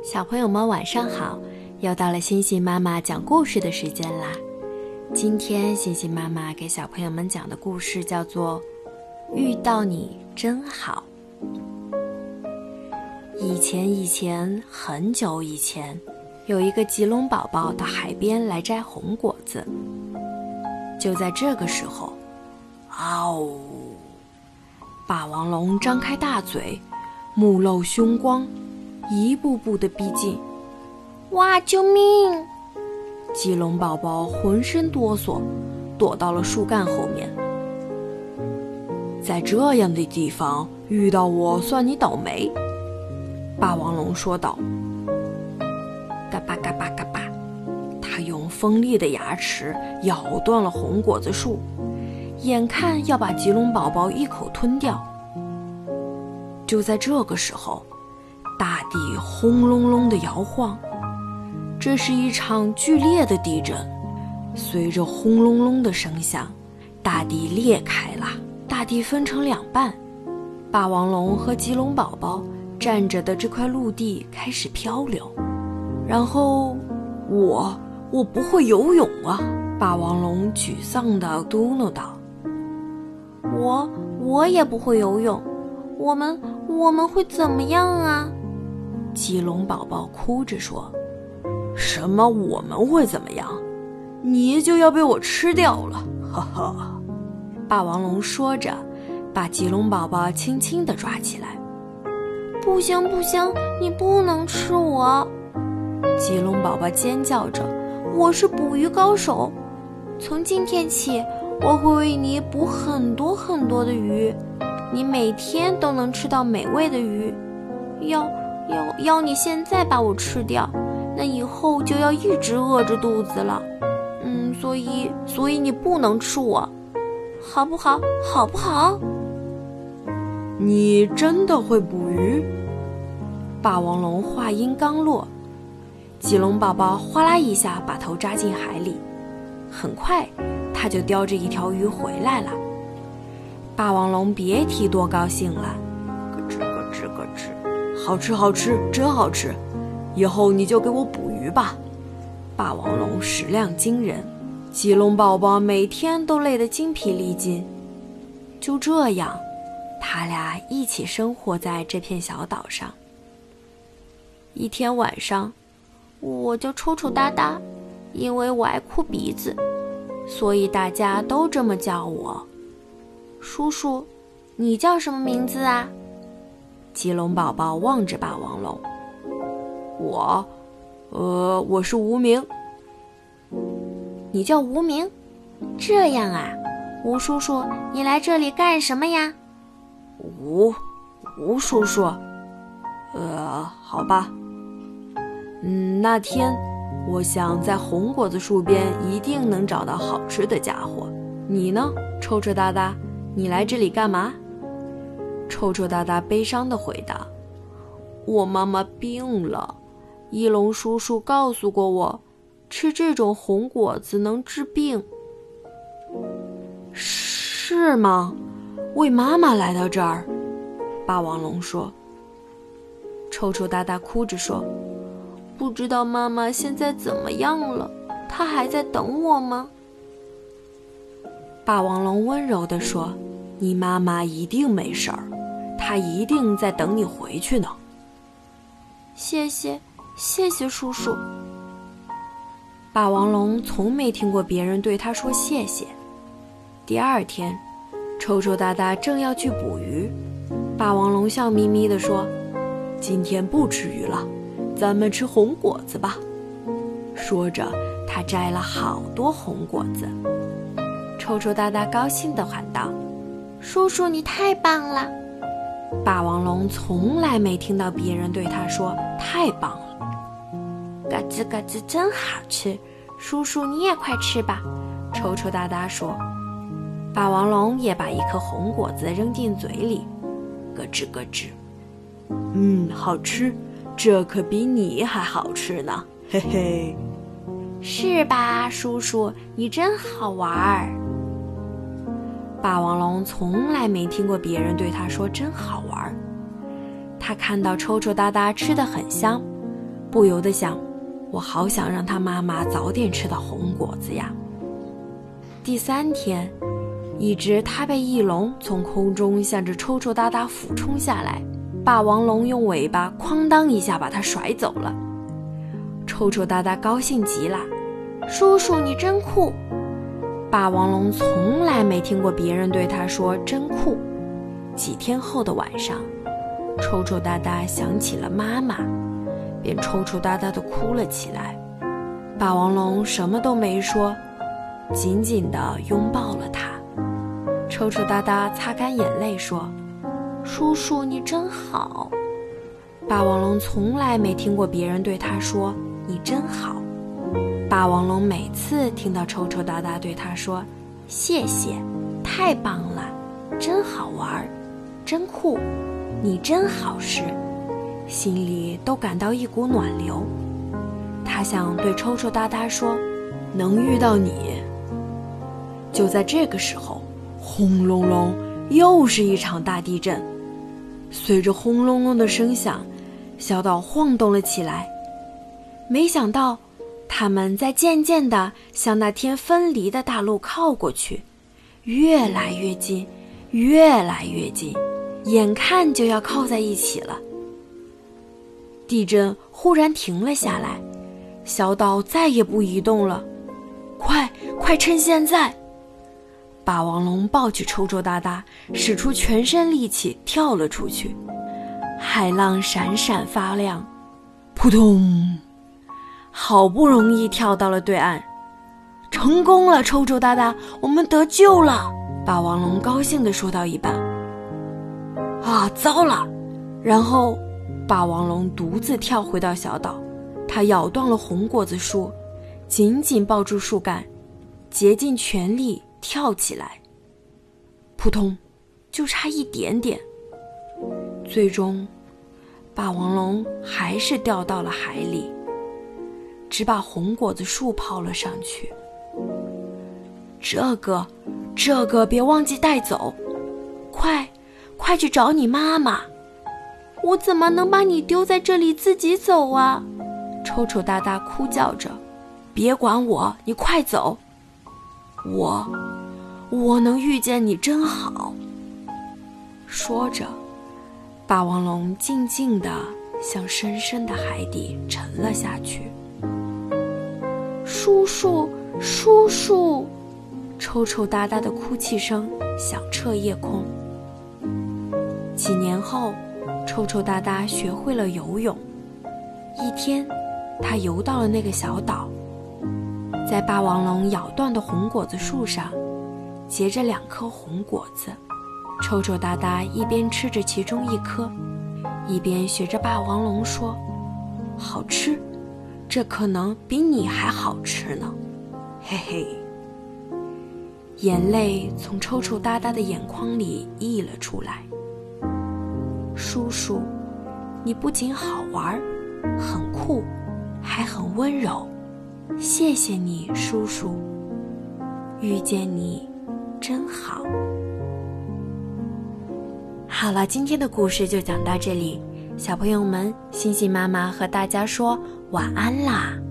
小朋友们晚上好，又到了星星妈妈讲故事的时间啦。今天星星妈妈给小朋友们讲的故事叫做遇到你真好。以前很久以前，有一个棘龙宝宝到海边来摘红果子。就在这个时候，嗷！霸王龙张开大嘴，目露凶光，一步步地逼近。 哇！救命！ 棘龙宝宝浑身哆嗦，躲到了树干后面。在这样的地方遇到我，算你倒霉。霸王龙说道。嘎巴嘎巴嘎巴，他用锋利的牙齿咬断了红果子树，眼看要把棘龙宝宝一口吞掉。就在这个时候，大地轰隆隆地摇晃，这是一场剧烈的地震。随着轰隆隆的声响，大地裂开了，大地分成两半。霸王龙和棘龙宝宝站着的这块陆地开始漂流。然后我不会游泳啊！霸王龙沮丧地嘟囔道。 我也不会游泳，我们会怎么样啊？ 棘龙宝宝哭着说。什么我们会怎么样？你就要被我吃掉了，哈哈！霸王龙说着，把棘龙宝宝轻轻地抓起来。 不行，你不能吃我！ 棘龙宝宝尖叫着， 我是捕鱼高手，从今天起我会为你捕很多很多的鱼，你每天都能吃到美味的鱼。要你现在把我吃掉，那以后就要一直饿着肚子了。所以你不能吃我，好不好？好不好？ 你真的会捕鱼？霸王龙话音刚落，棘龙宝宝哗啦一下把头扎进海里，很快他就叼着一条鱼回来了。霸王龙别提多高兴了，咯吱咯吱咯吱，好吃好吃，真好吃，以后你就给我捕鱼吧。霸王龙食量惊人，棘龙宝宝每天都累得精疲力尽。就这样，他俩一起生活在这片小岛上。一天晚上， 我叫臭臭哒哒，因为我爱哭鼻子，所以大家都这么叫我。叔叔，你叫什么名字啊？ 棘龙宝宝望着霸王龙。我是无名。 你叫无名？这样啊，吴叔叔，你来这里干什么呀？ 吴叔叔，好吧。那天我想在红果子树边一定能找到好吃的家伙。你呢，臭臭哒哒，你来这里干嘛？臭臭哒哒悲伤地回答。我妈妈病了，翼龙叔叔告诉过我，吃这种红果子能治病。是吗？为妈妈来到这儿？霸王龙说。臭臭哒哒哭着说，不知道妈妈现在怎么样了，她还在等我吗？霸王龙温柔地说，你妈妈一定没事儿，她一定在等你回去呢。 谢谢叔叔。 霸王龙从没听过别人对他说谢谢。第二天，臭臭哒哒正要去捕鱼，霸王龙笑眯眯地说，今天不吃鱼了，咱们吃红果子吧。说着，他摘了好多红果子。臭臭哒哒高兴地喊道， 叔叔你太棒了。 霸王龙从来没听到别人对他说太棒了。 嘎吱嘎吱真好吃，叔叔你也快吃吧。 臭臭哒哒说。霸王龙也把一颗红果子扔进嘴里，咯吱咯吱。好吃，这可比你还好吃呢，嘿嘿。 是吧，叔叔，你真好玩。 霸王龙从来没听过别人对他说真好玩。他看到臭臭哒哒吃得很香， 不由得想，我好想让他妈妈早点吃到红果子呀。第3天，一只踏背翼龙从空中向着抽抽搭搭俯冲下来，霸王龙用尾巴哐当一下把它甩走了。抽抽搭搭高兴极了， 叔叔你真酷。 霸王龙从来没听过别人对他说真酷。几天后的晚上，抽抽搭搭想起了妈妈，便抽抽搭搭地哭了起来。霸王龙什么都没说，紧紧地拥抱了他。抽抽搭搭擦干眼泪说， 叔叔你真好。 霸王龙从来没听过别人对他说你真好。霸王龙每次听到抽抽搭搭对他说谢谢，太棒了，真好玩，真酷，你真好时，心里都感到一股暖流。他想对抽抽搭搭说，能遇到你。就在这个时候，轰隆隆，又是一场大地震。随着轰隆隆的声响，小岛晃动了起来。没想到他们在渐渐地向那天分离的大陆靠过去，越来越近，越来越近，眼看就要靠在一起了。地震忽然停了下来，小岛再也不移动了。快趁现在！霸王龙抱起抽抽搭搭，使出全身力气跳了出去。海浪闪闪发亮，扑通！好不容易跳到了对岸，成功了，抽抽搭搭，我们得救了！霸王龙高兴地说到一半，糟了！然后霸王龙独自跳回到小岛，他咬断了红果子树，紧紧抱住树干，竭尽全力跳起来。扑通，就差一点点。最终，霸王龙还是掉到了海里，只把红果子树抛了上去。这个别忘记带走，快去找你妈妈。 我怎么能把你丢在这里自己走啊？ 抽抽搭搭哭叫着，别管我，你快走。我能遇见你真好。说着，霸王龙静静地向深深的海底沉了下去。 叔叔，叔叔！ 抽抽搭搭的哭泣声响彻夜空。几年后，抽抽搭搭学会了游泳。一天，他游到了那个小岛，在霸王龙咬断的红果子树上结着2颗红果子。抽抽搭搭一边吃着其中一颗，一边学着霸王龙说，好吃，这可能比你还好吃呢，嘿嘿。眼泪从抽抽搭搭的眼眶里溢了出来。叔叔，你不仅好玩，很酷，还很温柔，谢谢你，叔叔，遇见你真好。好了，今天的故事就讲到这里，小朋友们，星星妈妈和大家说晚安啦。